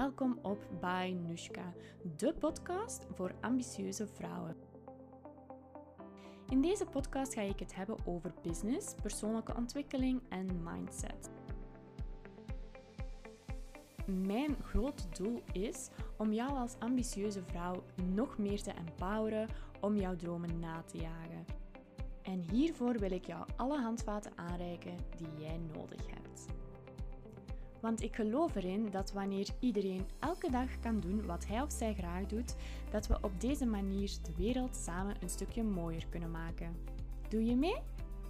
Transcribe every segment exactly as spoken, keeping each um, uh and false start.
welkom op By Nushka, de podcast voor ambitieuze vrouwen. In deze podcast ga ik het hebben over business, persoonlijke ontwikkeling en mindset. Mijn groot doel is om jou als ambitieuze vrouw nog meer te empoweren om jouw dromen na te jagen. En hiervoor wil ik jou alle handvaten aanreiken die jij nodig hebt. Want ik geloof erin dat wanneer iedereen elke dag kan doen wat hij of zij graag doet, dat we op deze manier de wereld samen een stukje mooier kunnen maken. Doe je mee?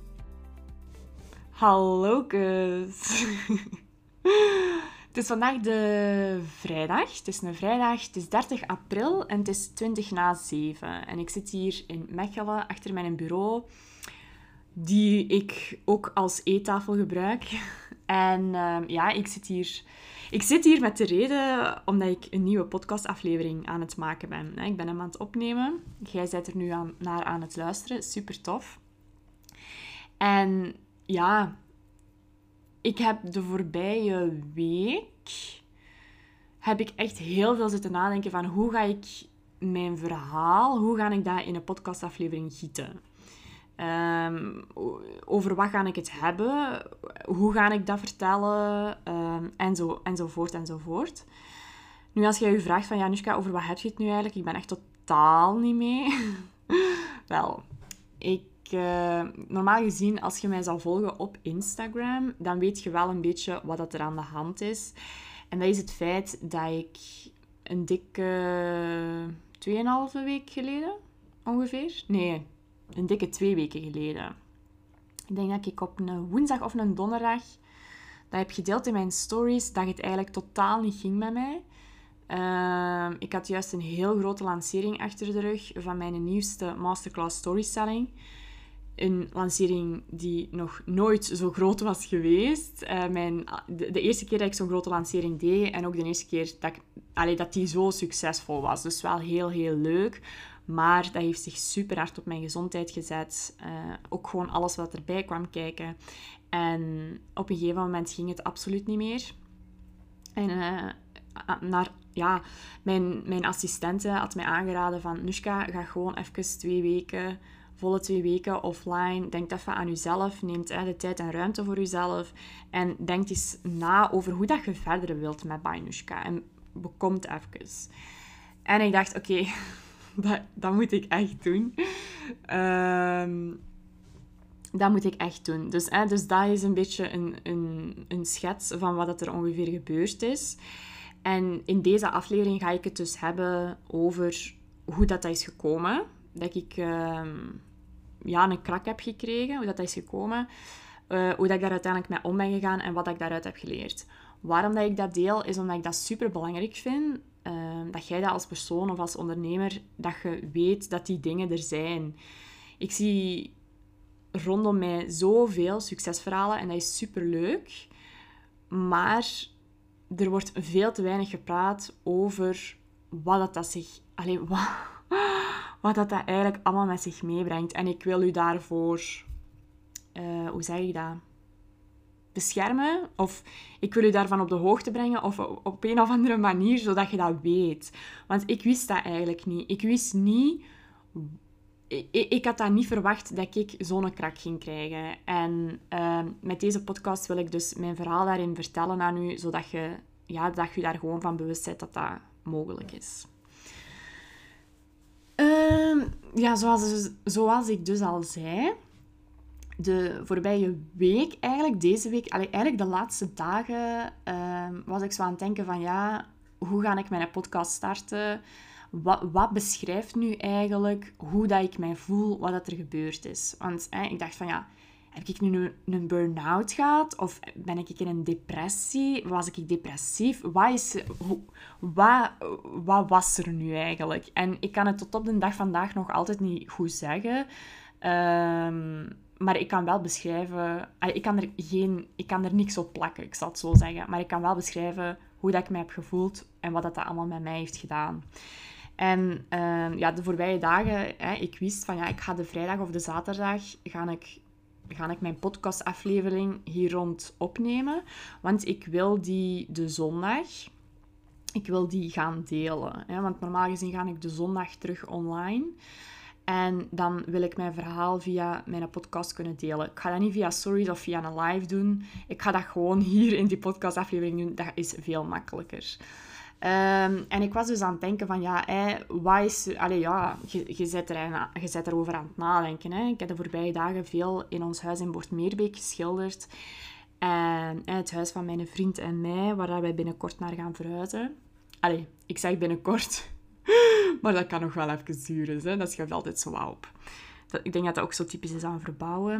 Hallo kus! Het is vandaag de vrijdag. Het is een vrijdag, het is dertig april en het is twintig na zeven. En ik zit hier in Mechelen achter mijn bureau, die ik ook als eettafel gebruik. En uh, ja, ik zit, hier, ik zit hier met de reden omdat ik een nieuwe podcastaflevering aan het maken ben. Ik ben hem aan het opnemen. Jij bent er nu aan, naar aan het luisteren. Super tof. En ja, ik heb de voorbije week heb ik echt heel veel zitten nadenken van hoe ga ik mijn verhaal, hoe ga ik dat in een podcastaflevering gieten. Um, over wat ga ik het hebben, hoe ga ik dat vertellen, um, en zo, enzovoort, enzovoort. Nu, als jij je vraagt van, ja, Nushka, over wat heb je het nu eigenlijk? Ik ben echt totaal niet mee. Wel, ik, uh, normaal gezien, als je mij zou volgen op Instagram, dan weet je wel een beetje wat dat er aan de hand is. En dat is het feit dat ik een dikke tweeënhalve week geleden, ongeveer, nee... Een dikke twee weken geleden. Ik denk dat ik op een woensdag of een donderdag dat heb gedeeld in mijn stories dat het eigenlijk totaal niet ging met mij. Uh, ik had juist een heel grote lancering achter de rug van mijn nieuwste masterclass storytelling. Een lancering die nog nooit zo groot was geweest. Uh, mijn, de, de eerste keer dat ik zo'n grote lancering deed en ook de eerste keer dat, ik, allee, dat die zo succesvol was. Dus wel heel, heel leuk. Maar dat heeft zich super hard op mijn gezondheid gezet. Uh, ook gewoon alles wat erbij kwam kijken. En op een gegeven moment ging het absoluut niet meer. En uh, naar, ja, mijn, mijn assistente had mij aangeraden van... Nushka, ga gewoon even twee weken, volle twee weken offline. Denk even aan jezelf. Neem uh, de tijd en ruimte voor jezelf. En denk eens na over hoe dat je verder wilt met By Nushka. En bekomt even. En ik dacht, oké... Okay, Dat, dat moet ik echt doen. Um, dat moet ik echt doen. Dus, hè, dus dat is een beetje een, een, een schets van wat er ongeveer gebeurd is. En in deze aflevering ga ik het dus hebben over hoe dat, dat is gekomen. Dat ik um, ja, een krak heb gekregen, hoe dat, dat is gekomen. Uh, hoe dat ik daar uiteindelijk mee om ben gegaan en wat ik daaruit heb geleerd. Waarom dat ik dat deel, is omdat ik dat super belangrijk vind. Uh, dat jij dat als persoon of als ondernemer, dat je weet dat die dingen er zijn. Ik zie rondom mij zoveel succesverhalen en dat is super leuk. Maar er wordt veel te weinig gepraat over wat dat, dat zich... Allee, wat, wat dat, dat eigenlijk allemaal met zich meebrengt. En ik wil u daarvoor... Uh, hoe zeg ik dat? Beschermen, of ik wil u daarvan op de hoogte brengen, of op een of andere manier, zodat je dat weet. Want ik wist dat eigenlijk niet. Ik wist niet... Ik, ik had dat niet verwacht dat ik zo'n krak ging krijgen. En uh, met deze podcast wil ik dus mijn verhaal daarin vertellen aan u, zodat je, ja, dat je daar gewoon van bewust bent dat dat mogelijk is. Uh, ja, zoals, zoals ik dus al zei... De voorbije week, eigenlijk deze week, eigenlijk de laatste dagen, uh, was ik zo aan het denken van ja, hoe ga ik mijn podcast starten? Wat, wat beschrijft nu eigenlijk hoe dat ik mij voel, wat dat er gebeurd is? Want eh, ik dacht van ja, heb ik nu een, een burn-out gehad? Of ben ik in een depressie? Was ik depressief? Wat, is, hoe, wat, wat was er nu eigenlijk? En ik kan het tot op de dag vandaag nog altijd niet goed zeggen. Um, Maar ik kan wel beschrijven... Ik kan, er geen, ik kan er niks op plakken, ik zal het zo zeggen. Maar ik kan wel beschrijven hoe dat ik mij heb gevoeld en wat dat allemaal met mij heeft gedaan. En uh, ja, de voorbije dagen, hè, ik wist van ja, ik ga de vrijdag of de zaterdag ga ik, ga ik mijn podcastaflevering hier rond opnemen. Want ik wil die de zondag ik wil die gaan delen. Hè? Want normaal gezien ga ik de zondag terug online. En dan wil ik mijn verhaal via mijn podcast kunnen delen. Ik ga dat niet via stories of via een live doen. Ik ga dat gewoon hier in die podcastaflevering doen. Dat is veel makkelijker. Um, en ik was dus aan het denken van, ja, hé, wat is... Allee, ja, je, je, zit er, je zit erover aan het nadenken. Hè. Ik heb de voorbije dagen veel in ons huis in Boortmeerbeek geschilderd. En hè, het huis van mijn vriend en mij, waar wij binnenkort naar gaan verhuizen. Allee, ik zeg binnenkort... Maar dat kan nog wel even duren. Hè? Dat schuift altijd zo wat op. Dat, ik denk dat dat ook zo typisch is aan verbouwen.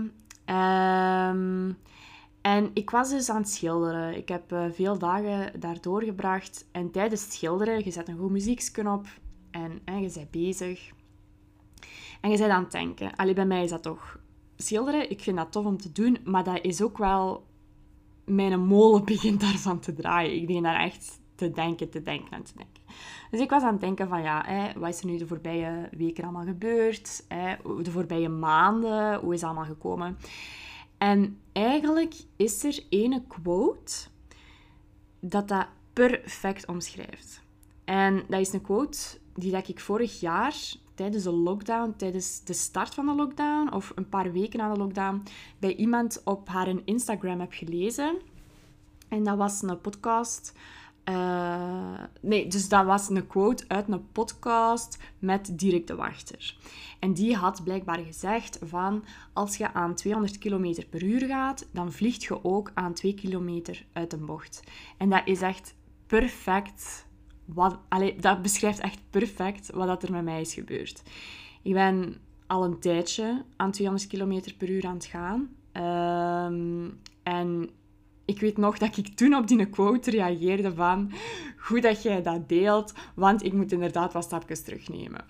Um, en ik was dus aan het schilderen. Ik heb uh, veel dagen daar doorgebracht. En tijdens het schilderen, je zet een goed muziekje op. En hè, je bent bezig. En je bent aan het denken. Allee, bij mij is dat toch schilderen. Ik vind dat tof om te doen. Maar dat is ook wel... Mijn molen begint daarvan te draaien. Ik begin daar echt te denken, te denken en te denken. Dus ik was aan het denken van, ja, hè, wat is er nu de voorbije weken allemaal gebeurd? Hè? De voorbije maanden, hoe is het allemaal gekomen? En eigenlijk is er ene quote dat dat perfect omschrijft. En dat is een quote die dat ik vorig jaar, tijdens de lockdown, tijdens de start van de lockdown, of een paar weken na de lockdown, bij iemand op haar Instagram heb gelezen. En dat was een podcast... Uh, nee, dus dat was een quote uit een podcast met Dirk de Wachter. En die had blijkbaar gezegd van... Als je aan tweehonderd kilometer per uur gaat, dan vlieg je ook aan twee kilometer uit een bocht. En dat is echt perfect... Wat, allee, dat beschrijft echt perfect wat dat er met mij is gebeurd. Ik ben al een tijdje aan tweehonderd kilometer per uur aan het gaan. Um, en... Ik weet nog dat ik toen op die quote reageerde van... Goed dat jij dat deelt, want ik moet inderdaad wat stapjes terugnemen.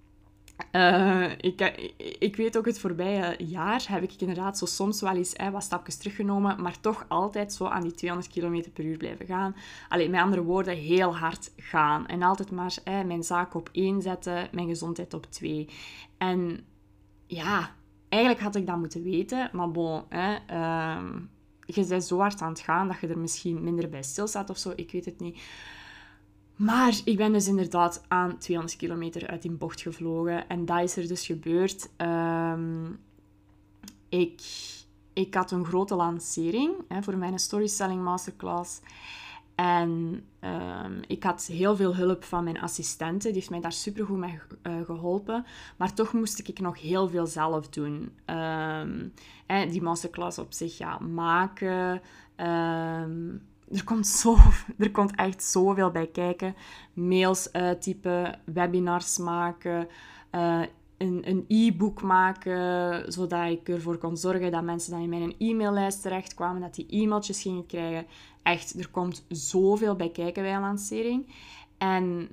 Uh, ik, ik weet ook het voorbije jaar heb ik inderdaad zo soms wel eens eh, wat stapjes teruggenomen, maar toch altijd zo aan die tweehonderd kilometer per uur blijven gaan. Allee, met andere woorden, heel hard gaan. En altijd maar eh, mijn zaak op één zetten, mijn gezondheid op twee. En ja, eigenlijk had ik dat moeten weten, maar bon... Eh, uh, Je bent zo hard aan het gaan dat je er misschien minder bij stilstaat of zo. Ik weet het niet. Maar ik ben dus inderdaad aan tweehonderd kilometer uit die bocht gevlogen. En dat is er dus gebeurd. Um, ik, ik had een grote lancering hè, voor mijn storytelling masterclass. En um, ik had heel veel hulp van mijn assistente. Die heeft mij daar supergoed mee uh, geholpen. Maar toch moest ik nog heel veel zelf doen. Um, en die masterclass op zich ja, maken. Um, er, komt zo, er komt echt zoveel bij kijken. Mails uittypen, webinars maken... Uh, een, een e-book maken, zodat ik ervoor kon zorgen dat mensen dan in mijn e-maillijst terechtkwamen, dat die e-mailtjes gingen krijgen. Echt, er komt zoveel bij kijken bij een lancering. En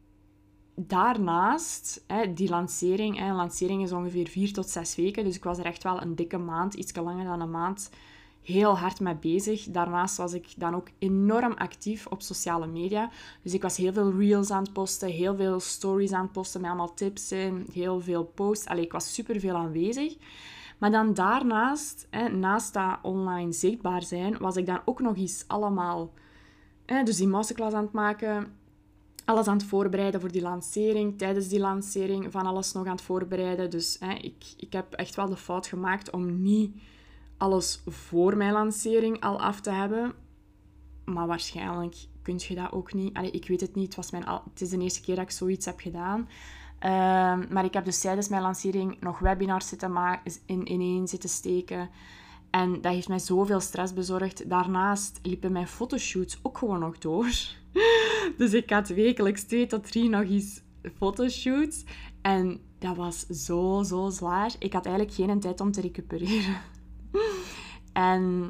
daarnaast, hè, die lancering, hè, een lancering is ongeveer vier tot zes weken, dus ik was er echt wel een dikke maand, iets langer dan een maand, heel hard mee bezig. Daarnaast was ik dan ook enorm actief op sociale media. Dus ik was heel veel reels aan het posten, heel veel stories aan het posten met allemaal tips in, heel veel posts. Allee, ik was superveel aanwezig. Maar dan daarnaast, hè, naast dat online zichtbaar zijn, was ik dan ook nog eens allemaal... Hè, dus die masterclass aan het maken, alles aan het voorbereiden voor die lancering, tijdens die lancering van alles nog aan het voorbereiden. Dus hè, ik, ik heb echt wel de fout gemaakt om niet... alles voor mijn lancering al af te hebben. Maar waarschijnlijk kun je dat ook niet. Allee, ik weet het niet. Het, was mijn al... het is de eerste keer dat ik zoiets heb gedaan. Uh, maar ik heb dus tijdens mijn lancering nog webinars zitten maken, in, ineen zitten steken. En dat heeft mij zoveel stress bezorgd. Daarnaast liepen mijn fotoshoots ook gewoon nog door. Dus ik had wekelijks twee tot drie nog eens fotoshoots. En dat was zo, zo zwaar. Ik had eigenlijk geen tijd om te recupereren. En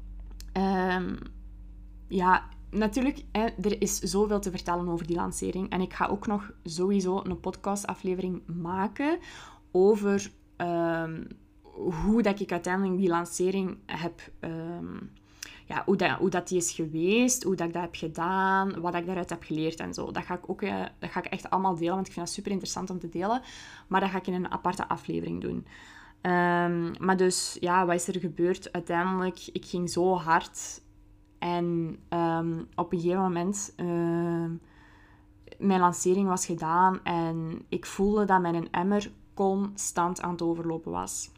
um, ja, natuurlijk, hè, er is zoveel te vertellen over die lancering. En ik ga ook nog sowieso een podcastaflevering maken over um, hoe dat ik uiteindelijk die lancering heb... Um, ja, hoe, dat, hoe dat die is geweest, hoe dat ik dat heb gedaan, wat ik daaruit heb geleerd en zo. Dat ga ik ook uh, dat ga ik echt allemaal delen, want ik vind dat super interessant om te delen. Maar dat ga ik in een aparte aflevering doen. Um, maar dus, ja, wat is er gebeurd? Uiteindelijk, ik ging zo hard En um, op een gegeven moment... Uh, mijn lancering was gedaan en ik voelde dat mijn emmer constant aan het overlopen was.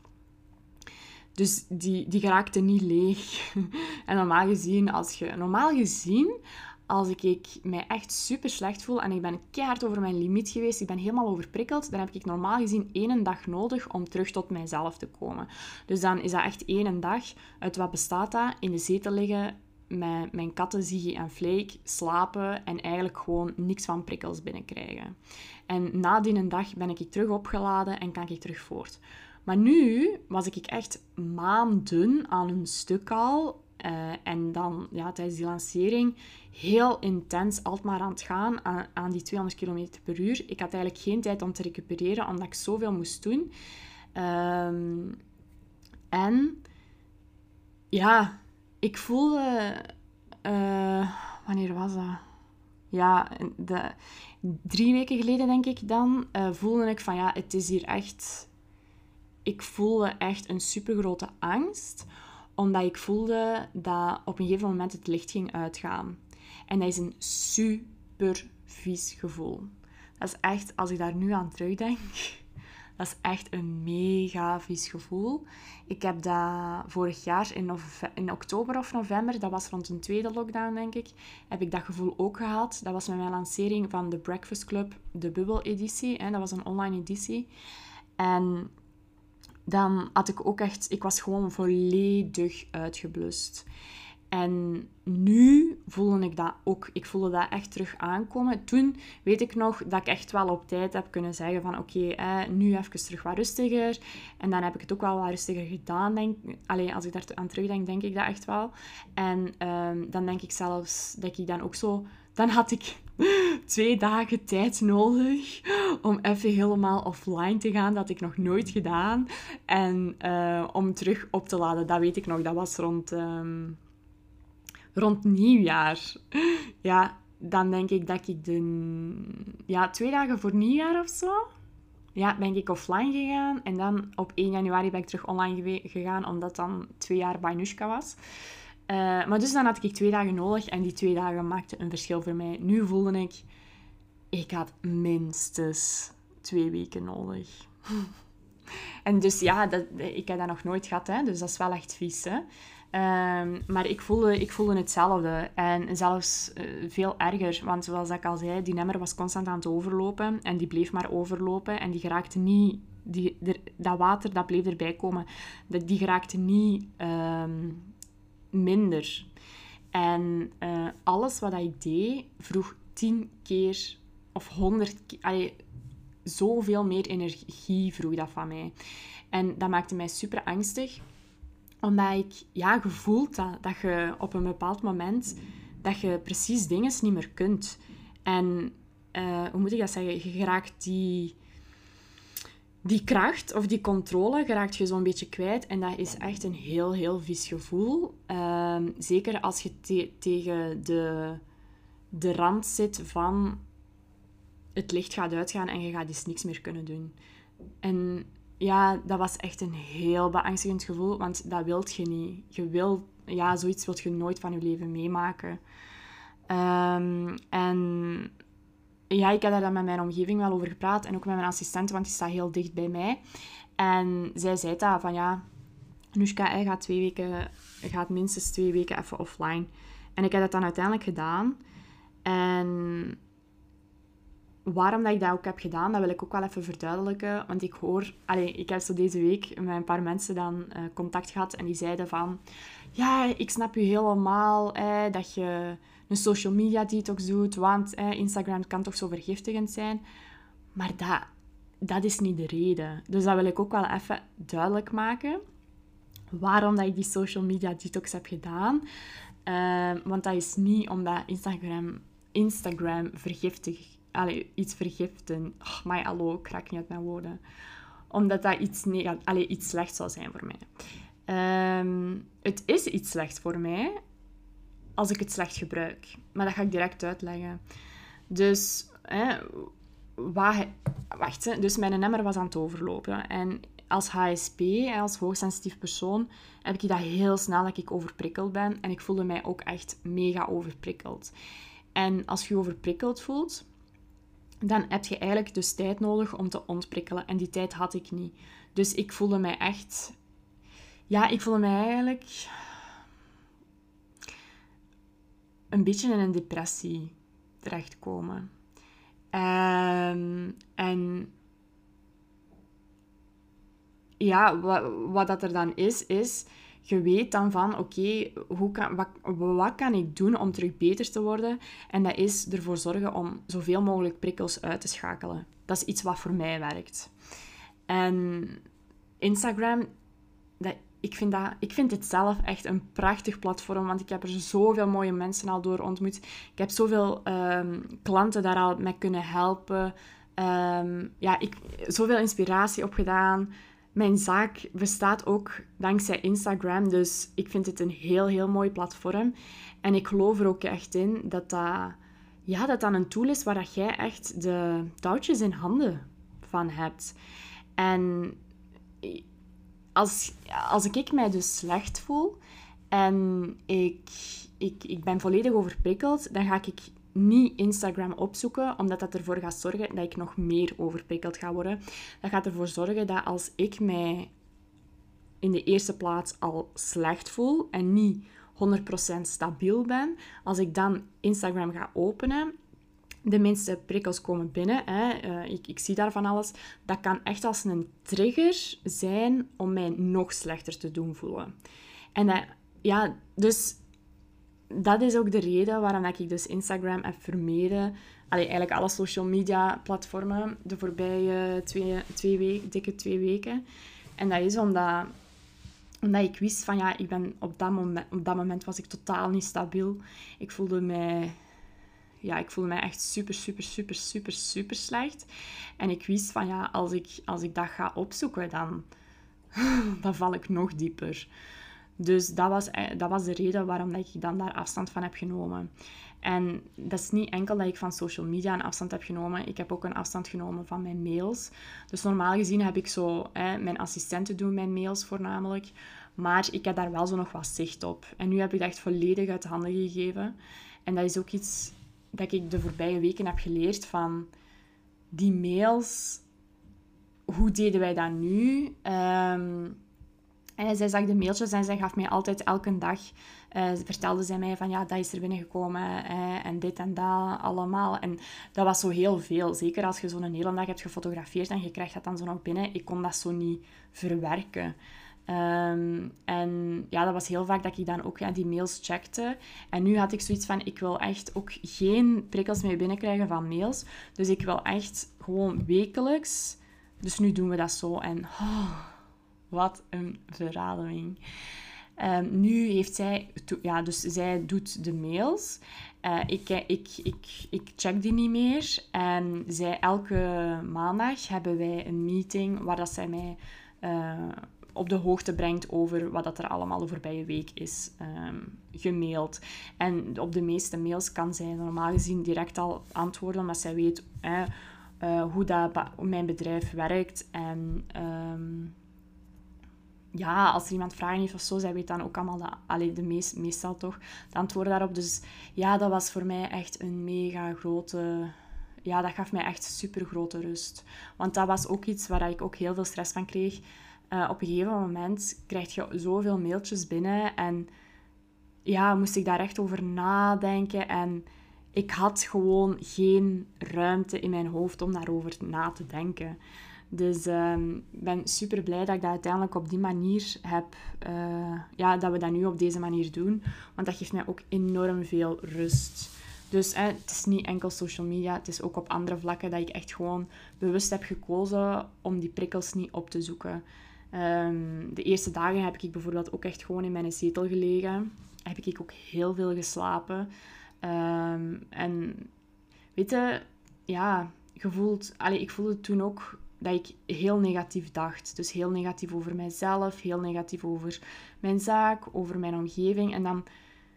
Dus die, die geraakte niet leeg. En normaal gezien, als je... Normaal gezien, als ik, ik mij echt super slecht voel en ik ben keihard over mijn limiet geweest, ik ben helemaal overprikkeld, dan heb ik normaal gezien één dag nodig om terug tot mijzelf te komen. Dus dan is dat echt één dag. Uit wat bestaat dat? In de zetel liggen, met mijn katten Ziggy en Flake slapen en eigenlijk gewoon niks van prikkels binnenkrijgen. En na die dag ben ik terug opgeladen en kan ik terug voort. Maar nu was ik echt maanden aan een stuk al. Uh, en dan ja, tijdens die lancering heel intens altijd maar aan het gaan aan, aan die tweehonderd kilometer per uur. Ik had eigenlijk geen tijd om te recupereren, omdat ik zoveel moest doen. Um, en ja, ik voelde... Uh, wanneer was dat? Ja, de, drie weken geleden denk ik dan, uh, voelde ik van ja, het is hier echt... Ik voelde echt een supergrote angst, omdat ik voelde dat op een gegeven moment het licht ging uitgaan. En dat is een super vies gevoel. Dat is echt, als ik daar nu aan terugdenk, dat is echt een mega vies gevoel. Ik heb dat vorig jaar in, nove- in oktober of november, dat was rond een tweede lockdown denk ik, heb ik dat gevoel ook gehad. Dat was met mijn lancering van de Breakfast Club, de bubbel-editie. Hè, dat was een online editie. En dan had ik ook echt... Ik was gewoon volledig uitgeblust. En nu voelde ik dat ook. Ik voelde dat echt terug aankomen. Toen weet ik nog dat ik echt wel op tijd heb kunnen zeggen van oké, okay, nu even terug wat rustiger. En dan heb ik het ook wel wat rustiger gedaan. Denk, allee, als ik daar aan terugdenk, denk ik dat echt wel. En um, dan denk ik zelfs dat ik dan ook zo... Dan had ik twee dagen tijd nodig om even helemaal offline te gaan. Dat had ik nog nooit gedaan. En uh, om terug op te laden, dat weet ik nog. Dat was rond... Um, Rond nieuwjaar. Ja, dan denk ik dat ik de... Ja, twee dagen voor nieuwjaar of zo. Ja, ben ik offline gegaan. En dan op één januari ben ik terug online gegaan, omdat dan twee jaar Bainushka was. Uh, maar dus dan had ik twee dagen nodig. En die twee dagen maakten een verschil voor mij. Nu voelde ik... Ik had minstens twee weken nodig. En dus ja, dat, ik heb dat nog nooit gehad. Hè, dus dat is wel echt vies, hè. Um, maar ik voelde, ik voelde hetzelfde. En zelfs uh, veel erger. Want zoals ik al zei, die emmer was constant aan het overlopen. En die bleef maar overlopen. En die geraakte niet... Die, der, dat water, dat bleef erbij komen. Die, die geraakte niet um, minder. En uh, alles wat ik deed, vroeg tien keer of honderd keer... Allee, zoveel meer energie vroeg dat van mij. En dat maakte mij super angstig. Omdat ik ja, gevoeld dat, dat je op een bepaald moment... dat je precies dingen niet meer kunt. En uh, hoe moet ik dat zeggen? Je geraakt die... Die kracht of die controle geraakt je zo'n beetje kwijt. En dat is echt een heel, heel vies gevoel. Uh, zeker als je te- tegen de, de rand zit van... Het licht gaat uitgaan en je gaat dus niks meer kunnen doen. En ja, dat was echt een heel beangstigend gevoel. Want dat wilt je niet. Je wil, ja, zoiets wilt je nooit van je leven meemaken. Um, en... Ja, ik heb daar met mijn omgeving wel over gepraat. En ook met mijn assistente, want die staat heel dicht bij mij. En zij zei dat, van ja... Nushka, hij gaat, twee weken, gaat minstens twee weken even offline. En ik heb dat dan uiteindelijk gedaan. En waarom dat ik dat ook heb gedaan, dat wil ik ook wel even verduidelijken. Want ik hoor... Allez, ik heb zo deze week met een paar mensen dan uh, contact gehad. En die zeiden van... Ja, ik snap je helemaal, hè, dat je... een social media detox doet, want eh, Instagram kan toch zo vergiftigend zijn. Maar dat, dat is niet de reden. Dus dat wil ik ook wel even duidelijk maken. Waarom dat ik die social media detox heb gedaan. Uh, want dat is niet omdat Instagram, Instagram vergiftig... Allee, iets vergiften... Oh, maar hallo, ik raak niet uit mijn woorden. Omdat dat iets, neg- allee, iets slechts zou zijn voor mij. Um, het is iets slechts voor mij... als ik het slecht gebruik. Maar dat ga ik direct uitleggen. Dus, hè, wat, wacht, hè, dus mijn emmer was aan het overlopen. En als H S P, als hoogsensitief persoon, heb ik dat heel snel dat ik overprikkeld ben. En ik voelde mij ook echt mega overprikkeld. En als je je overprikkeld voelt, dan heb je eigenlijk dus tijd nodig om te ontprikkelen. En die tijd had ik niet. Dus ik voelde mij echt... Ja, ik voelde mij eigenlijk een beetje in een depressie terechtkomen. Um, en ja, wat, wat dat er dan is, is... Je weet dan van, oké, okay, wat, wat kan ik doen om terug beter te worden? En dat is ervoor zorgen om zoveel mogelijk prikkels uit te schakelen. Dat is iets wat voor mij werkt. En Instagram, dat, ik, vind dat, ik vind het zelf echt een prachtig platform, want ik heb er zoveel mooie mensen al door ontmoet. Ik heb zoveel um, klanten daar al mee kunnen helpen. Um, ja, ik zoveel inspiratie opgedaan. Mijn zaak bestaat ook dankzij Instagram, dus ik vind het een heel, heel mooi platform. En ik geloof er ook echt in dat dat, ja, dat, dat een tool is waar dat jij echt de touwtjes in handen van hebt. En als, als ik mij dus slecht voel en ik, ik, ik ben volledig overprikkeld, dan ga ik niet Instagram opzoeken, omdat dat ervoor gaat zorgen dat ik nog meer overprikkeld ga worden. Dat gaat ervoor zorgen dat als ik mij in de eerste plaats al slecht voel en niet honderd procent stabiel ben, als ik dan Instagram ga openen, de minste prikkels komen binnen. Hè. Uh, ik, ik zie daar van alles. Dat kan echt als een trigger zijn om mij nog slechter te doen voelen. En dat, ja, dus... Dat is ook de reden waarom ik dus Instagram heb vermeden. Allee, eigenlijk alle social media platformen de voorbije twee, twee weken, dikke twee weken. En dat is omdat, omdat ik wist van ja, ik ben op dat moment, op dat moment was ik totaal niet stabiel. Ik voelde mij, ja, ik voelde mij echt super, super, super, super, super slecht. En ik wist van ja, als ik, als ik dat ga opzoeken, dan, dan val ik nog dieper. Dus dat was, dat was de reden waarom ik dan daar afstand van heb genomen. En dat is niet enkel dat ik van social media een afstand heb genomen. Ik heb ook een afstand genomen van mijn mails. Dus normaal gezien heb ik zo... Hè, mijn assistenten doen mijn mails voornamelijk. Maar ik heb daar wel zo nog wat zicht op. En nu heb ik dat echt volledig uit de handen gegeven. En dat is ook iets dat ik de voorbije weken heb geleerd van... Die mails... Hoe deden wij dat nu? Um, En zij zag de mailtjes en zij gaf mij altijd elke dag, uh, vertelde zij mij van ja, dat is er binnengekomen eh, en dit en dat allemaal. En dat was zo heel veel. Zeker als je zo'n hele dag hebt gefotografeerd en je krijgt dat dan zo nog binnen. Ik kon dat zo niet verwerken. Um, en ja, dat was heel vaak dat ik dan ook ja, die mails checkte. En nu had ik zoiets van, ik wil echt ook geen prikkels meer binnenkrijgen van mails. Dus ik wil echt gewoon wekelijks. Dus nu doen we dat zo en... Oh, wat een verademing. Um, nu heeft zij... To- ja, dus zij doet de mails. Uh, ik, ik, ik, ik check die niet meer. En zij, elke maandag hebben wij een meeting waar dat zij mij uh, op de hoogte brengt over wat dat er allemaal de voorbije week is um, gemaild. En op de meeste mails kan zij normaal gezien direct al antwoorden, omdat zij weet uh, uh, hoe dat ba- mijn bedrijf werkt. En... Um, Ja, als er iemand vragen heeft of zo, zij weet dan ook allemaal, dat, allee, de meest, meestal toch, de antwoorden daarop. Dus ja, dat was voor mij echt een mega grote... Ja, dat gaf mij echt super grote rust. Want dat was ook iets waar ik ook heel veel stress van kreeg. Uh, op een gegeven moment krijg je zoveel mailtjes binnen en ja, moest ik daar echt over nadenken. En ik had gewoon geen ruimte in mijn hoofd om daarover na te denken. Dus um, ik ben super blij dat ik dat uiteindelijk op die manier heb... Uh, ja, dat we dat nu op deze manier doen. Want dat geeft mij ook enorm veel rust. Dus eh, het is niet enkel social media. Het is ook op andere vlakken dat ik echt gewoon bewust heb gekozen om die prikkels niet op te zoeken. Um, de eerste dagen heb ik bijvoorbeeld ook echt gewoon in mijn zetel gelegen. Heb ik ook heel veel geslapen. Um, en weet je, ja, gevoeld... Allee, ik voelde toen ook... dat ik heel negatief dacht. Dus heel negatief over mijzelf, heel negatief over mijn zaak, over mijn omgeving. En dan,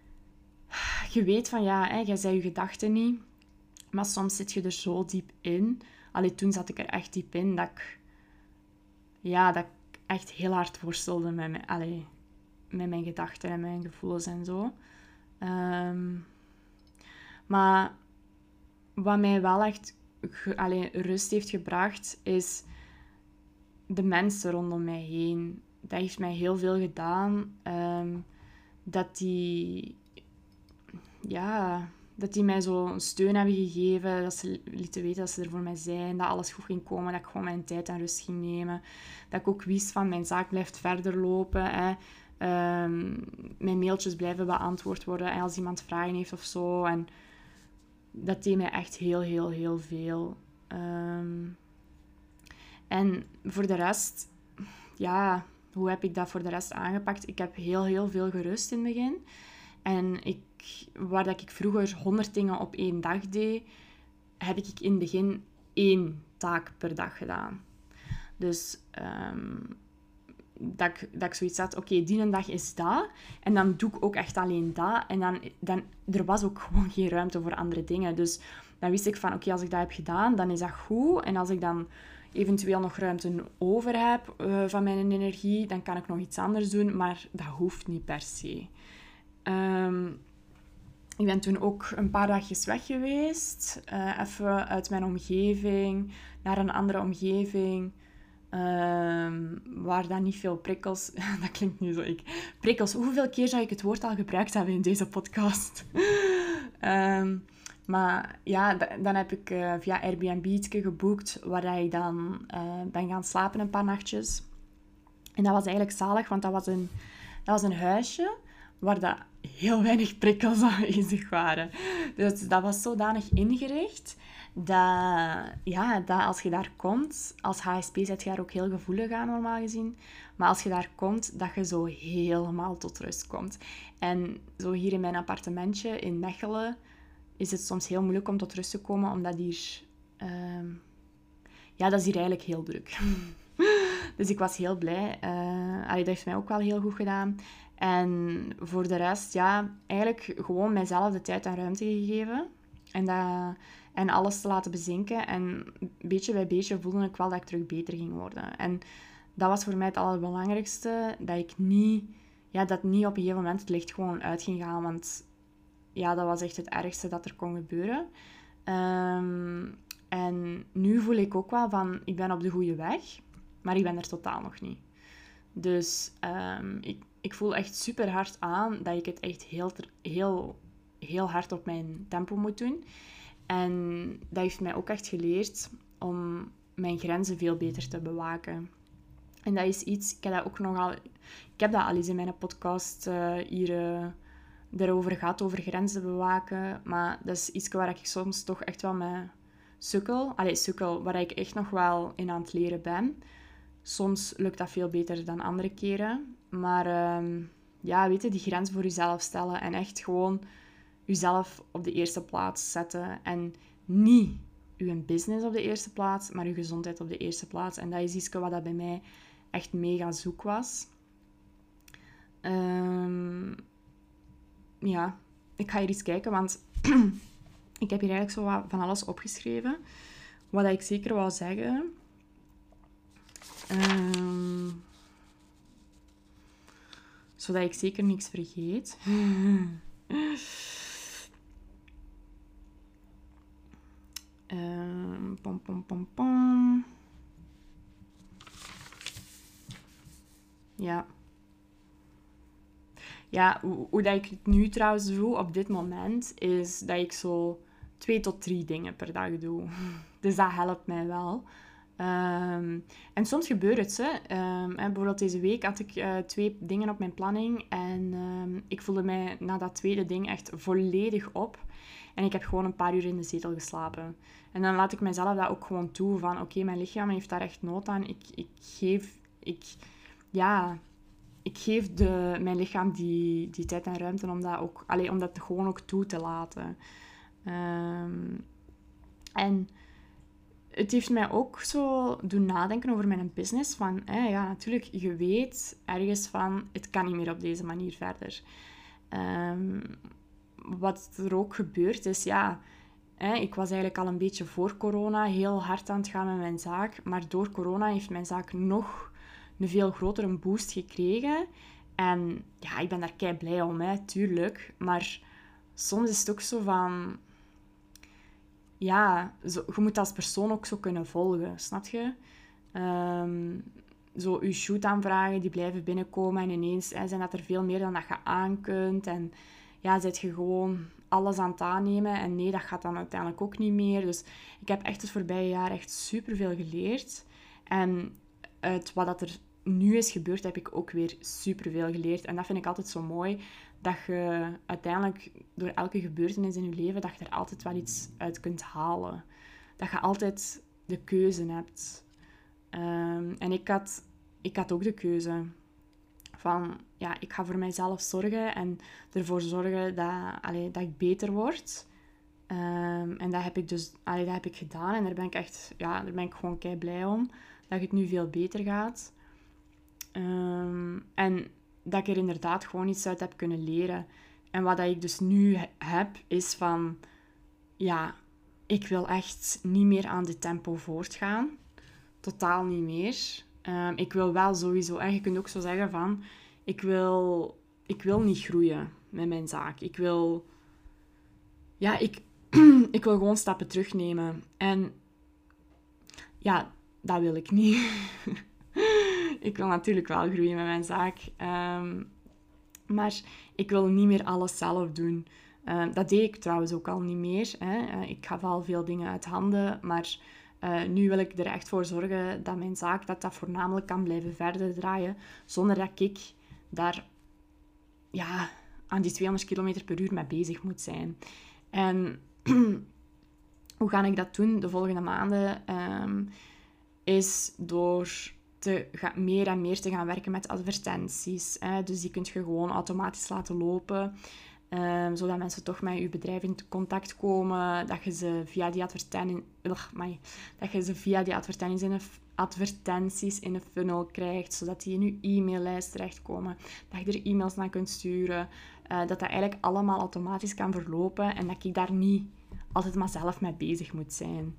je weet van ja, hè, jij zei je gedachten niet, maar soms zit je er zo diep in. Allee, toen zat ik er echt diep in dat ik, ja, dat, echt heel hard worstelde met mijn, allee, met mijn gedachten en mijn gevoelens en zo. Um, maar wat mij wel echt ge, allee, rust heeft gebracht, is de mensen rondom mij heen. Dat heeft mij heel veel gedaan. Um, dat die... Ja... Dat die mij zo een steun hebben gegeven. Dat ze lieten weten dat ze er voor mij zijn. Dat alles goed ging komen. Dat ik gewoon mijn tijd en rust ging nemen. Dat ik ook wist van mijn zaak blijft verder lopen. Hè. Um, mijn mailtjes blijven beantwoord worden. En als iemand vragen heeft of zo. En dat deed mij echt heel, heel, heel veel. Um, en voor de rest... Ja, hoe heb ik dat voor de rest aangepakt? Ik heb heel, heel veel gerust in het begin. En ik, waar dat ik vroeger honderd dingen op één dag deed, heb ik in het begin één taak per dag gedaan. Dus um, dat, ik, dat ik zoiets had, oké, okay, die een dag is dat. En dan doe ik ook echt alleen dat. En dan, dan, er was ook gewoon geen ruimte voor andere dingen. Dus dan wist ik van, oké, okay, als ik dat heb gedaan, dan is dat goed. En als ik dan eventueel nog ruimte over heb uh, van mijn energie, dan kan ik nog iets anders doen. Maar dat hoeft niet per se. Um, ik ben toen ook een paar dagjes weg geweest. Uh, even uit mijn omgeving, naar een andere omgeving. Um, waar dan niet veel prikkels... dat klinkt nu zo ik. Prikkels. Hoeveel keer zou ik het woord al gebruikt hebben in deze podcast? um, maar ja, d- dan heb ik uh, via Airbnb geboekt, waar ik dan uh, ben gaan slapen een paar nachtjes. En dat was eigenlijk zalig, want dat was een, dat was een huisje waar dat heel weinig prikkels aanwezig waren. Dus dat was zodanig ingericht dat, ja, dat als je daar komt... Als H S P zet je daar ook heel gevoelig aan, normaal gezien. Maar als je daar komt, dat je zo helemaal tot rust komt. En zo hier in mijn appartementje in Mechelen is het soms heel moeilijk om tot rust te komen, omdat hier... Uh, ja, dat is hier eigenlijk heel druk. Dus ik was heel blij. Uh, allee, dat heeft mij ook wel heel goed gedaan. En voor de rest, ja, eigenlijk gewoon mijzelf de tijd en ruimte gegeven. En, dat, en alles te laten bezinken. En beetje bij beetje voelde ik wel dat ik terug beter ging worden. En dat was voor mij het allerbelangrijkste. Dat ik niet, ja, dat niet op een gegeven moment het licht gewoon uit ging gaan. Want ja, dat was echt het ergste dat er kon gebeuren. Um, en nu voel ik ook wel van, ik ben op de goede weg. Maar ik ben er totaal nog niet. Dus um, ik, ik voel echt super hard aan dat ik het echt heel, heel, heel hard op mijn tempo moet doen. En dat heeft mij ook echt geleerd om mijn grenzen veel beter te bewaken. En dat is iets, ik heb dat ook nogal... Ik heb dat al eens in mijn podcast uh, hier uh, erover gehad, over grenzen bewaken. Maar dat is iets waar ik soms toch echt wel mee sukkel. Allee, sukkel, waar ik echt nog wel in aan het leren ben. Soms lukt dat veel beter dan andere keren. Maar um, ja, weet je, die grens voor jezelf stellen. En echt gewoon jezelf op de eerste plaats zetten. En niet je business op de eerste plaats, maar je gezondheid op de eerste plaats. En dat is iets wat dat bij mij echt mega zoek was. Um, ja, ik ga hier eens kijken, want ik heb hier eigenlijk zo wat van alles opgeschreven. Wat ik zeker wou zeggen... Um, zodat ik zeker niks vergeet. um, pom, pom, pom, pom. Ja. Ja, hoe, hoe dat ik het nu trouwens doe op dit moment, is dat ik zo twee tot drie dingen per dag doe. Dus dat helpt mij wel. Um, en soms gebeurt het. Hè. Um, bijvoorbeeld deze week had ik uh, twee dingen op mijn planning. En um, ik voelde mij na dat tweede ding echt volledig op. En ik heb gewoon een paar uur in de zetel geslapen. En dan laat ik mezelf dat ook gewoon toe. Van oké, okay, mijn lichaam heeft daar echt nood aan. Ik, ik geef... Ik, ja... Ik geef de, mijn lichaam die, die tijd en ruimte om dat, ook, allez, om dat gewoon ook toe te laten. Um, en het heeft mij ook zo doen nadenken over mijn business. Van, hè, ja, natuurlijk, je weet ergens van, het kan niet meer op deze manier verder. Um, wat er ook gebeurt is, ja... Hè, ik was eigenlijk al een beetje voor corona heel hard aan het gaan met mijn zaak. Maar door corona heeft mijn zaak nog... een veel grotere boost gekregen. En ja, ik ben daar kei blij om, hè, tuurlijk. Maar soms is het ook zo van... Ja, zo, je moet als persoon ook zo kunnen volgen, snap je? Um, zo je shootaanvragen die blijven binnenkomen en ineens hè, zijn dat er veel meer dan dat je aan kunt. En ja, zit je gewoon alles aan het aannemen. En nee, dat gaat dan uiteindelijk ook niet meer. Dus ik heb echt het voorbije jaar echt superveel geleerd. En uit wat dat er nu is gebeurd, heb ik ook weer superveel geleerd. En dat vind ik altijd zo mooi. Dat je uiteindelijk door elke gebeurtenis in je leven, dat je er altijd wel iets uit kunt halen. Dat je altijd de keuze hebt. Um, en ik had, ik had ook de keuze van, ja, ik ga voor mijzelf zorgen en ervoor zorgen dat, allee, dat ik beter word. Um, en dat heb ik dus, allee, dat heb ik gedaan en daar ben ik echt, ja, daar ben ik gewoon kei blij om. Dat het nu veel beter gaat. Um, en dat ik er inderdaad gewoon iets uit heb kunnen leren. En wat ik dus nu heb, is van... Ja, ik wil echt niet meer aan dit tempo voortgaan. Totaal niet meer. Um, ik wil wel sowieso... En je kunt ook zo zeggen van... Ik wil, ik wil niet groeien met mijn zaak. Ik wil... Ja, ik, ik wil gewoon stappen terugnemen. En... Ja, dat wil ik niet. Ik wil natuurlijk wel groeien met mijn zaak. Um, maar ik wil niet meer alles zelf doen. Um, dat deed ik trouwens ook al niet meer. Hè. Uh, ik gaf al veel dingen uit handen. Maar uh, nu wil ik er echt voor zorgen dat mijn zaak dat dat voornamelijk kan blijven verder draaien. Zonder dat ik daar ja, aan die tweehonderd kilometer per uur mee bezig moet zijn. En hoe ga ik dat doen de volgende maanden? Um, is door... te gaan, meer en meer te gaan werken met advertenties. Hè. Dus die kun je gewoon automatisch laten lopen. Um, zodat mensen toch met je bedrijf in contact komen. Dat je ze via die, adverten... Ugh, dat je ze via die advertenties, in een, advertenties in een funnel krijgt. Zodat die in je e-maillijst terechtkomen. Dat je er e-mails naar kunt sturen. Uh, dat dat eigenlijk allemaal automatisch kan verlopen. En dat ik daar niet altijd maar zelf mee bezig moet zijn.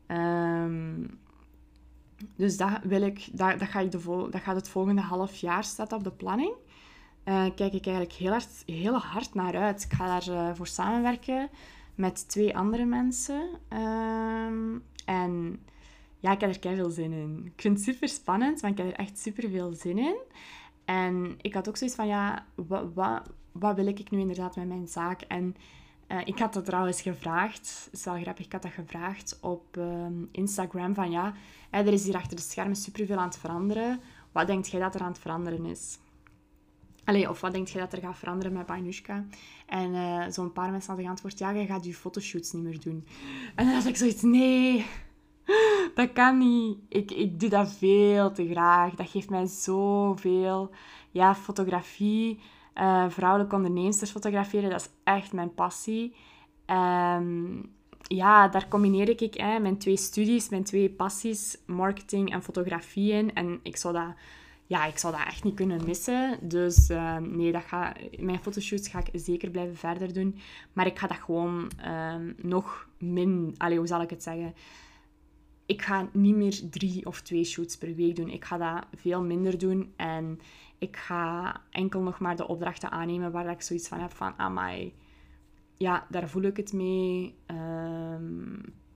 Um, Dus dat, wil ik, dat, dat, ga ik de vol, dat gaat het volgende half jaar, staat op de planning. Uh, kijk ik eigenlijk heel hard, heel hard naar uit. Ik ga daar uh, voor samenwerken met twee andere mensen. Um, en ja, ik heb er kei veel zin in. Ik vind het super spannend, maar ik heb er echt super veel zin in. En ik had ook zoiets van, ja, wat, wat, wat wil ik nu inderdaad met mijn zaak? En Uh, ik had dat trouwens gevraagd, het is wel grappig, ik had dat gevraagd op um, Instagram, van ja, hè, er is hier achter de schermen superveel aan het veranderen. Wat denk jij dat er aan het veranderen is? Allee, of wat denk jij dat er gaat veranderen met Bainushka? En uh, zo'n paar mensen hadden geantwoord, ja, jij gaat je fotoshoots niet meer doen. En dan had ik zoiets, nee, dat kan niet. Ik, ik doe dat veel te graag. Dat geeft mij zoveel. Ja, fotografie... Uh, vrouwelijke onderneemsters fotograferen, dat is echt mijn passie. Um, ja, daar combineer ik hè, mijn twee studies, mijn twee passies, marketing en fotografie in. En ik zou dat, ja, ik zou dat echt niet kunnen missen. Dus uh, nee, dat ga, mijn fotoshoots ga ik zeker blijven verder doen. Maar ik ga dat gewoon um, nog min... Allee, hoe zal ik het zeggen? Ik ga niet meer drie of twee shoots per week doen. Ik ga dat veel minder doen. En ik ga enkel nog maar de opdrachten aannemen waar ik zoiets van heb van... Amai, ja, daar voel ik het mee. Um,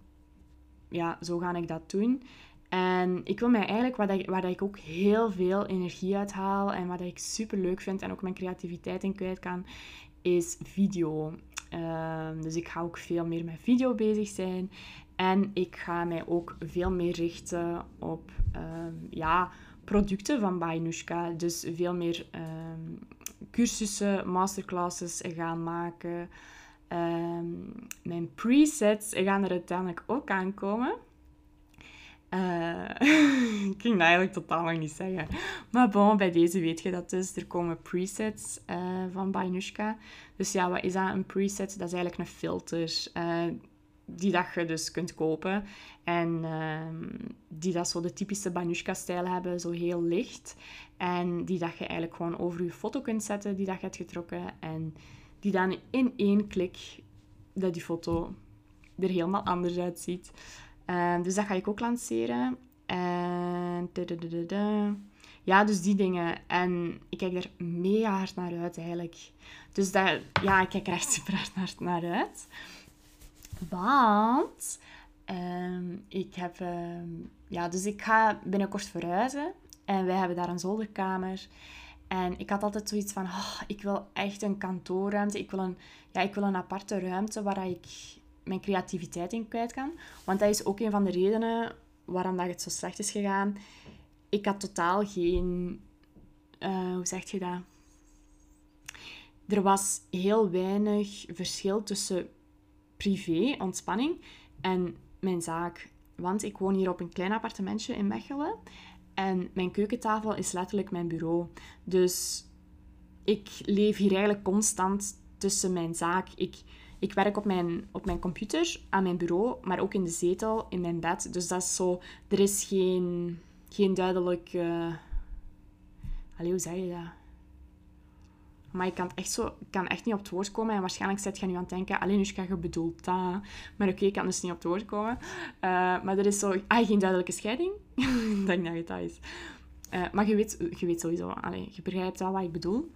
ja, zo ga ik dat doen. En ik wil mij eigenlijk, waar, dat, waar dat ik ook heel veel energie uit haal en wat ik super leuk vind en ook mijn creativiteit in kwijt kan, is video. Um, dus ik ga ook veel meer met video bezig zijn. En ik ga mij ook veel meer richten op um, ja, producten van Bainushka. Dus veel meer um, cursussen, masterclasses gaan maken. Um, mijn presets gaan er uiteindelijk ook aankomen. Uh, ik ging dat eigenlijk totaal nog niet zeggen. Maar bon, bij deze weet je dat dus. Er komen presets uh, van Bainushka. Dus ja, wat is dat, een preset? Dat is eigenlijk een filter uh, die dat je dus kunt kopen. En uh, die dat zo de typische Bainushka-stijl hebben, zo heel licht. En die dat je eigenlijk gewoon over je foto kunt zetten, die dat je hebt getrokken. En die dan in één klik, dat die foto er helemaal anders uitziet. Uh, dus dat ga ik ook lanceren. En... ja, dus die dingen. En ik kijk er mega hard naar uit, eigenlijk. Dus dat, ja, ik kijk er echt super hard naar, naar uit. Want um, ik heb... Um, ja, dus ik ga binnenkort verhuizen. En wij hebben daar een zolderkamer. En ik had altijd zoiets van... Oh, ik wil echt een kantoorruimte. Ik wil een, ja, ik wil een aparte ruimte waar ik mijn creativiteit in kwijt kan. Want dat is ook een van de redenen waarom dat het zo slecht is gegaan. Ik had totaal geen... Uh, hoe zeg je dat? Er was heel weinig verschil tussen privé, ontspanning, en mijn zaak. Want ik woon hier op een klein appartementje in Mechelen. En mijn keukentafel is letterlijk mijn bureau. Dus ik leef hier eigenlijk constant tussen mijn zaak. Ik, ik werk op mijn, op mijn computer, aan mijn bureau, maar ook in de zetel, in mijn bed. Dus dat is zo... Er is geen, geen duidelijk... Uh... Allee, hoe zeg je dat? Maar ik kan, echt zo, ik kan echt niet op het woord komen. En waarschijnlijk zit je nu aan het denken... Alleen Nushka, je bedoelt dat. Maar oké, okay, ik kan dus niet op het woord komen. Uh, maar er is zo... Ah, geen duidelijke scheiding. Ik denk dat het dat is. Uh, maar je weet, je weet sowieso... Allee, je begrijpt wel wat ik bedoel.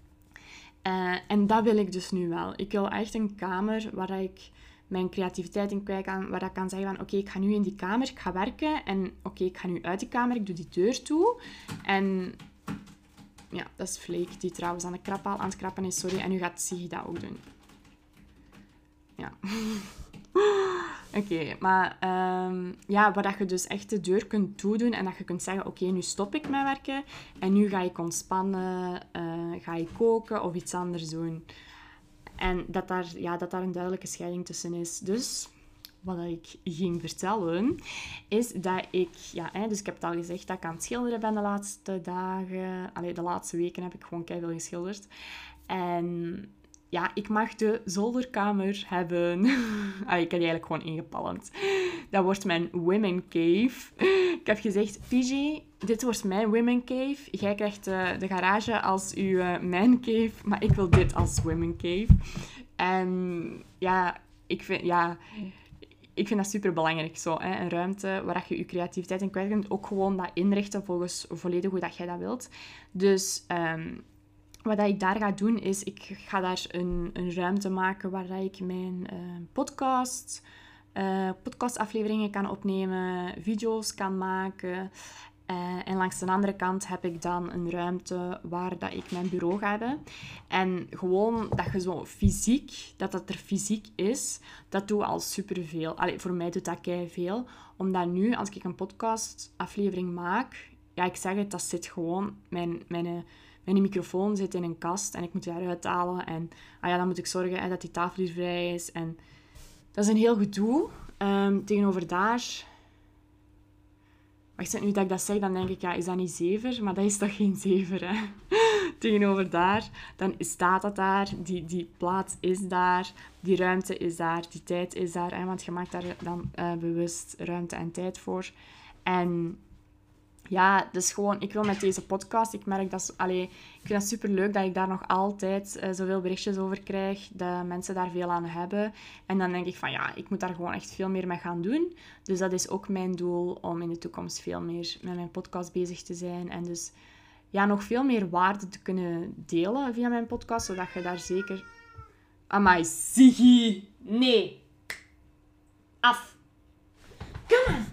Uh, en dat wil ik dus nu wel. Ik wil echt een kamer waar ik mijn creativiteit in kwijt kan. Waar ik kan zeggen van... Oké, okay, ik ga nu in die kamer. Ik ga werken. En oké, okay, ik ga nu uit die kamer. Ik doe die deur toe. En... Ja, dat is Flake, die trouwens aan de krappaal aan het krappen is, sorry. En nu gaat Siggy dat ook doen. Ja. Oké, okay, maar um, ja, waar dat je dus echt de deur kunt toedoen en dat je kunt zeggen, oké, okay, nu stop ik met werken en nu ga ik ontspannen, uh, ga ik koken of iets anders doen. En dat daar, ja, dat daar een duidelijke scheiding tussen is. Dus... Wat ik ging vertellen, is dat ik... Ja, hè, dus ik heb het al gezegd dat ik aan het schilderen ben de laatste dagen. Allee, de laatste weken heb ik gewoon keiveel geschilderd. En ja, ik mag de zolderkamer hebben. Allee, ik heb die eigenlijk gewoon ingepalmd. Dat wordt mijn women cave. Ik heb gezegd, P J, dit wordt mijn women cave. Jij krijgt uh, de garage als uw uh, man cave, maar ik wil dit als women cave. En ja, ik vind... Ja... Ik vind dat super belangrijk, zo, hè? Een ruimte waar je je creativiteit in kwijt kunt. Ook gewoon dat inrichten volgens volledig hoe dat jij dat wilt. Dus um, wat ik daar ga doen, is ik ga daar een, een ruimte maken waar ik mijn uh, podcast, uh, podcastafleveringen kan opnemen, video's kan maken. Uh, en langs de andere kant heb ik dan een ruimte waar dat ik mijn bureau ga hebben. En gewoon dat je zo fysiek, dat dat er fysiek is, dat doet al superveel. Allee, voor mij doet dat keiveel. Omdat nu, als ik een podcastaflevering maak, ja, ik zeg het, dat zit gewoon, mijn, mijn, mijn microfoon zit in een kast en ik moet die eruit halen. En ah ja, dan moet ik zorgen hè, dat die tafel hier vrij is. En dat is een heel gedoe. Um, tegenover daar... Wacht, nu dat ik dat zeg, dan denk ik, ja, is dat niet zever? Maar dat is toch geen zever, hè? Tegenover daar, dan staat dat daar, die, die plaats is daar, die ruimte is daar, die tijd is daar, hè? Want je maakt daar dan uh, bewust ruimte en tijd voor. En ja, dus gewoon, ik wil met deze podcast, ik merk dat, allee, ik vind het superleuk dat ik daar nog altijd uh, zoveel berichtjes over krijg, dat mensen daar veel aan hebben. En dan denk ik van, ja, ik moet daar gewoon echt veel meer mee gaan doen. Dus dat is ook mijn doel, om in de toekomst veel meer met mijn podcast bezig te zijn. En dus, ja, nog veel meer waarde te kunnen delen via mijn podcast, zodat je daar zeker... Amai, Siggy! Nee! Af! Kom on!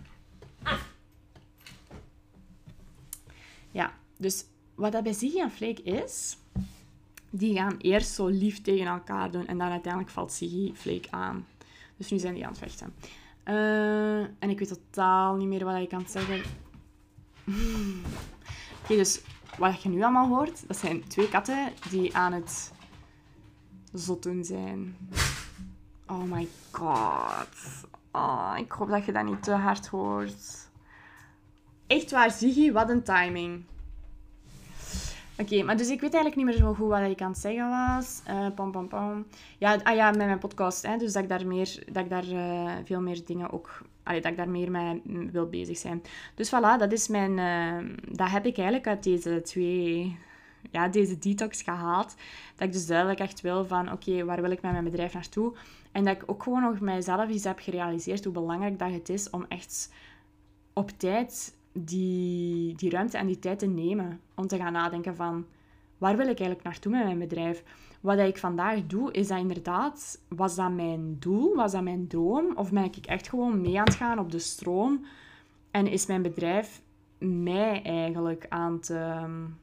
Ja, dus wat dat bij Siggy en Flake is, die gaan eerst zo lief tegen elkaar doen en dan uiteindelijk valt Siggy Flake aan. Dus nu zijn die aan het vechten. Uh, en ik weet totaal niet meer wat ik kan zeggen. Oké, okay, dus wat je nu allemaal hoort, dat zijn twee katten die aan het zotten zijn. Oh my god. Oh, ik hoop dat je dat niet te hard hoort. Echt waar, Siggy, wat een timing. Oké, okay, maar dus ik weet eigenlijk niet meer zo goed wat ik aan het zeggen was. Uh, pam, pam, pam. Ja, ah ja, met mijn podcast. Hè, dus dat ik daar, meer, dat ik daar uh, veel meer dingen ook... Allee, dat ik daar meer mee wil bezig zijn. Dus voilà, dat is mijn... Uh, dat heb ik eigenlijk uit deze twee... Ja, deze detox gehaald. Dat ik dus duidelijk echt wil van... Oké, okay, waar wil ik met mijn bedrijf naartoe? En dat ik ook gewoon nog mijzelf eens heb gerealiseerd hoe belangrijk dat het is om echt op tijd... die, die ruimte en die tijd te nemen om te gaan nadenken van, waar wil ik eigenlijk naartoe met mijn bedrijf? Wat ik vandaag doe, is dat inderdaad, was dat mijn doel? Was dat mijn droom? Of ben ik echt gewoon mee aan het gaan op de stroom? En is mijn bedrijf mij eigenlijk aan het... Um,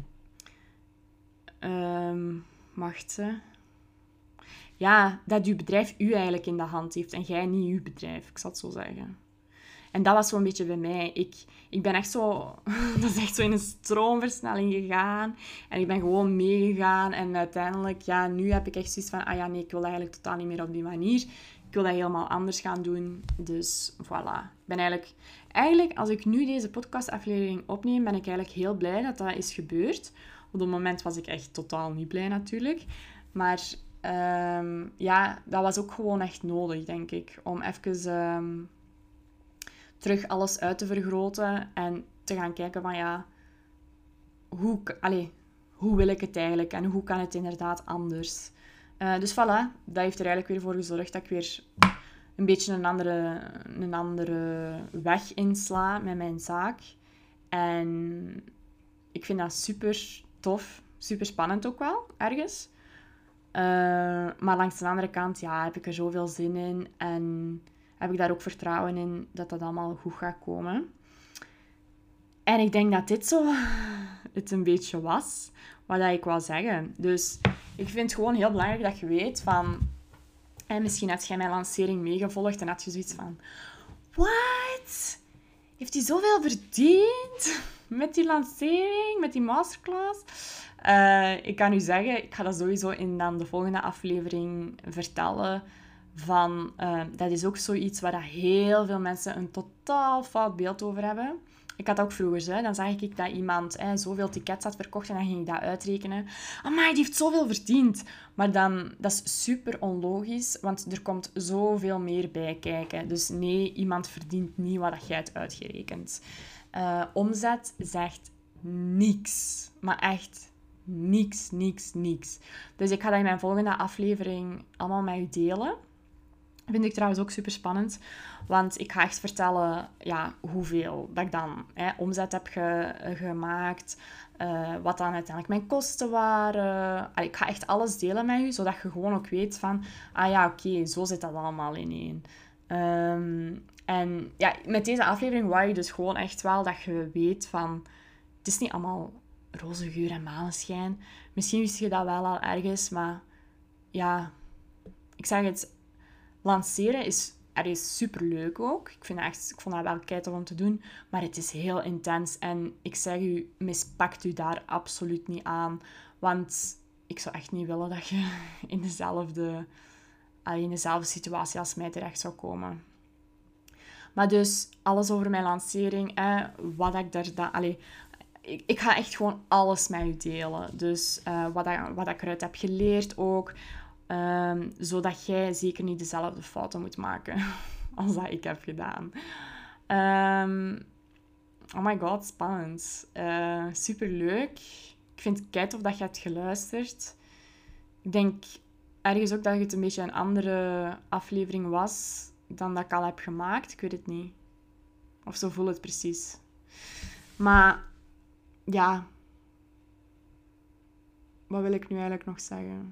um, wacht, hè. Ja, dat uw bedrijf u eigenlijk in de hand heeft en jij niet uw bedrijf, ik zal het zo zeggen. En dat was zo'n beetje bij mij. Ik, ik ben echt zo... Dat is echt zo in een stroomversnelling gegaan. En ik ben gewoon meegegaan. En uiteindelijk, ja, nu heb ik echt zoiets van... Ah ja, nee, ik wil dat eigenlijk totaal niet meer op die manier. Ik wil dat helemaal anders gaan doen. Dus, voilà. Ik ben eigenlijk... Eigenlijk, als ik nu deze podcastaflevering opneem, ben ik eigenlijk heel blij dat dat is gebeurd. Op dat moment was ik echt totaal niet blij, natuurlijk. Maar... Um, ja, dat was ook gewoon echt nodig, denk ik. Om even... Um, terug alles uit te vergroten en te gaan kijken van ja, hoe, allez, hoe wil ik het eigenlijk en hoe kan het inderdaad anders? Uh, dus voilà, dat heeft er eigenlijk weer voor gezorgd dat ik weer een beetje een andere, een andere weg insla met mijn zaak. En ik vind dat super tof, super spannend ook wel, ergens. Uh, maar langs de andere kant, ja, heb ik er zoveel zin in en... heb ik daar ook vertrouwen in dat dat allemaal goed gaat komen. En ik denk dat dit zo het een beetje was, wat ik wou zeggen. Dus ik vind het gewoon heel belangrijk dat je weet van... En misschien had jij mijn lancering meegevolgd en had je zoiets van... What? Heeft hij zoveel verdiend? Met die lancering, met die masterclass? Uh, ik kan u zeggen, ik ga dat sowieso in dan de volgende aflevering vertellen... Van, uh, dat is ook zoiets waar dat heel veel mensen een totaal fout beeld over hebben. Ik had dat ook vroeger, hè. Dan zag ik dat iemand hè, zoveel tickets had verkocht en dan ging ik dat uitrekenen. Amai, die heeft zoveel verdiend. Maar dan, dat is super onlogisch, want er komt zoveel meer bij kijken. Dus nee, iemand verdient niet wat jij hebt uitgerekend. Uh, omzet zegt niks. Maar echt niks, niks, niks. Dus ik ga dat in mijn volgende aflevering allemaal met u delen. Vind ik trouwens ook super spannend, want ik ga echt vertellen ja, hoeveel dat ik dan hè, omzet heb ge, gemaakt, uh, wat dan uiteindelijk mijn kosten waren. Allee, ik ga echt alles delen met u, zodat je gewoon ook weet van, ah ja, oké, okay, zo zit dat allemaal ineen. Um, en ja, met deze aflevering wou je dus gewoon echt wel dat je weet van, het is niet allemaal roze geur en maneschijn. Misschien wist je dat wel al ergens, maar ja, ik zeg het... Lanceren is, er is superleuk ook. Ik, vind echt, ik vond dat wel keitof om te doen. Maar het is heel intens. En ik zeg u, mispakt u daar absoluut niet aan. Want ik zou echt niet willen dat je in dezelfde, in dezelfde situatie als mij terecht zou komen. Maar dus, alles over mijn lancering. Eh, wat ik daar dan... Allee, ik, ik ga echt gewoon alles met u delen. Dus uh, wat, ik, wat ik eruit heb geleerd ook... Um, zodat jij zeker niet dezelfde fouten moet maken als dat ik heb gedaan. Um, oh my god, spannend. Uh, superleuk. Ik vind het keitof dat je hebt geluisterd. Ik denk ergens ook dat het een beetje een andere aflevering was dan dat ik al heb gemaakt. Ik weet het niet. Of zo voel het precies. Maar ja. Wat wil ik nu eigenlijk nog zeggen?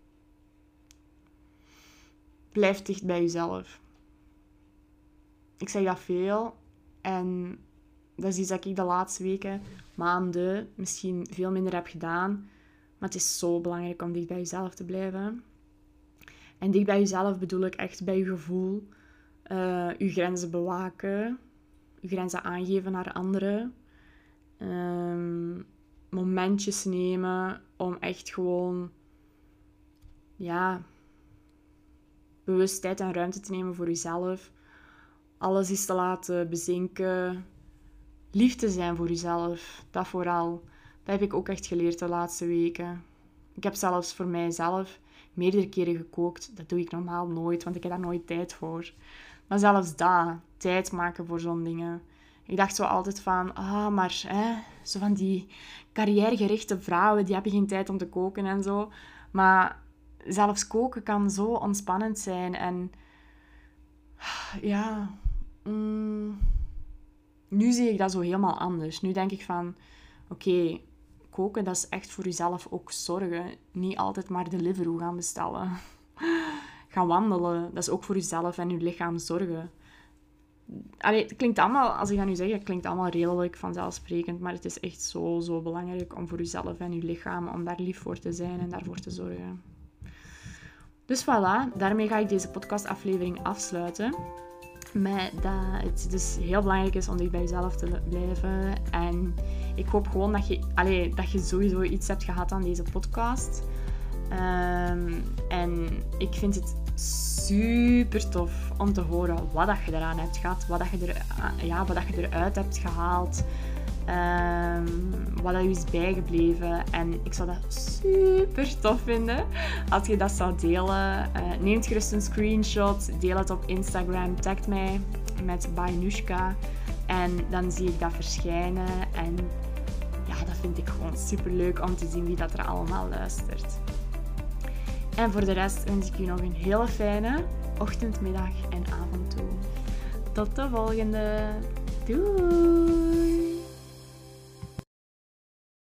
Blijf dicht bij jezelf. Ik zeg dat veel. En dat is iets dat ik de laatste weken, maanden, misschien veel minder heb gedaan. Maar het is zo belangrijk om dicht bij jezelf te blijven. En dicht bij jezelf bedoel ik echt bij je gevoel. Uh, je grenzen bewaken. Je grenzen aangeven naar anderen. Um, momentjes nemen om echt gewoon... Ja... bewust tijd en ruimte te nemen voor jezelf. Alles is te laten bezinken. Lief te zijn voor jezelf. Dat vooral. Dat heb ik ook echt geleerd de laatste weken. Ik heb zelfs voor mijzelf meerdere keren gekookt. Dat doe ik normaal nooit, want ik heb daar nooit tijd voor. Maar zelfs dat. Tijd maken voor zo'n dingen. Ik dacht zo altijd van... Ah, maar... Hè, zo van die carrièregerichte vrouwen, die hebben geen tijd om te koken en zo. Maar... Zelfs koken kan zo ontspannend zijn. En ja, mm, nu zie ik dat zo helemaal anders. Nu denk ik van, oké, okay, koken, dat is echt voor jezelf ook zorgen. Niet altijd maar Deliveroo gaan bestellen. Gaan wandelen, dat is ook voor jezelf en je lichaam zorgen. Allee, het klinkt allemaal, als ik dat nu zeg, het klinkt allemaal redelijk vanzelfsprekend, maar het is echt zo, zo belangrijk om voor jezelf en je lichaam, om daar lief voor te zijn en daarvoor te zorgen. Dus voilà, daarmee ga ik deze podcastaflevering afsluiten. Met dat het dus heel belangrijk is om dicht bij jezelf te blijven. En ik hoop gewoon dat je, allee, dat je sowieso iets hebt gehad aan deze podcast. Um, en ik vind het super tof om te horen wat dat je eraan hebt gehad. Wat dat je, er, ja, wat dat je eruit hebt gehaald. Um, wat dat je is bijgebleven. En ik zou dat super tof vinden als je dat zou delen. Uh, neem gerust een screenshot, deel het op Instagram, tag mij met Bayanushka en dan zie ik dat verschijnen. En ja, dat vind ik gewoon super leuk om te zien wie dat er allemaal luistert. En voor de rest wens ik je nog een hele fijne ochtend, middag en avond toe. Tot de volgende. Doei!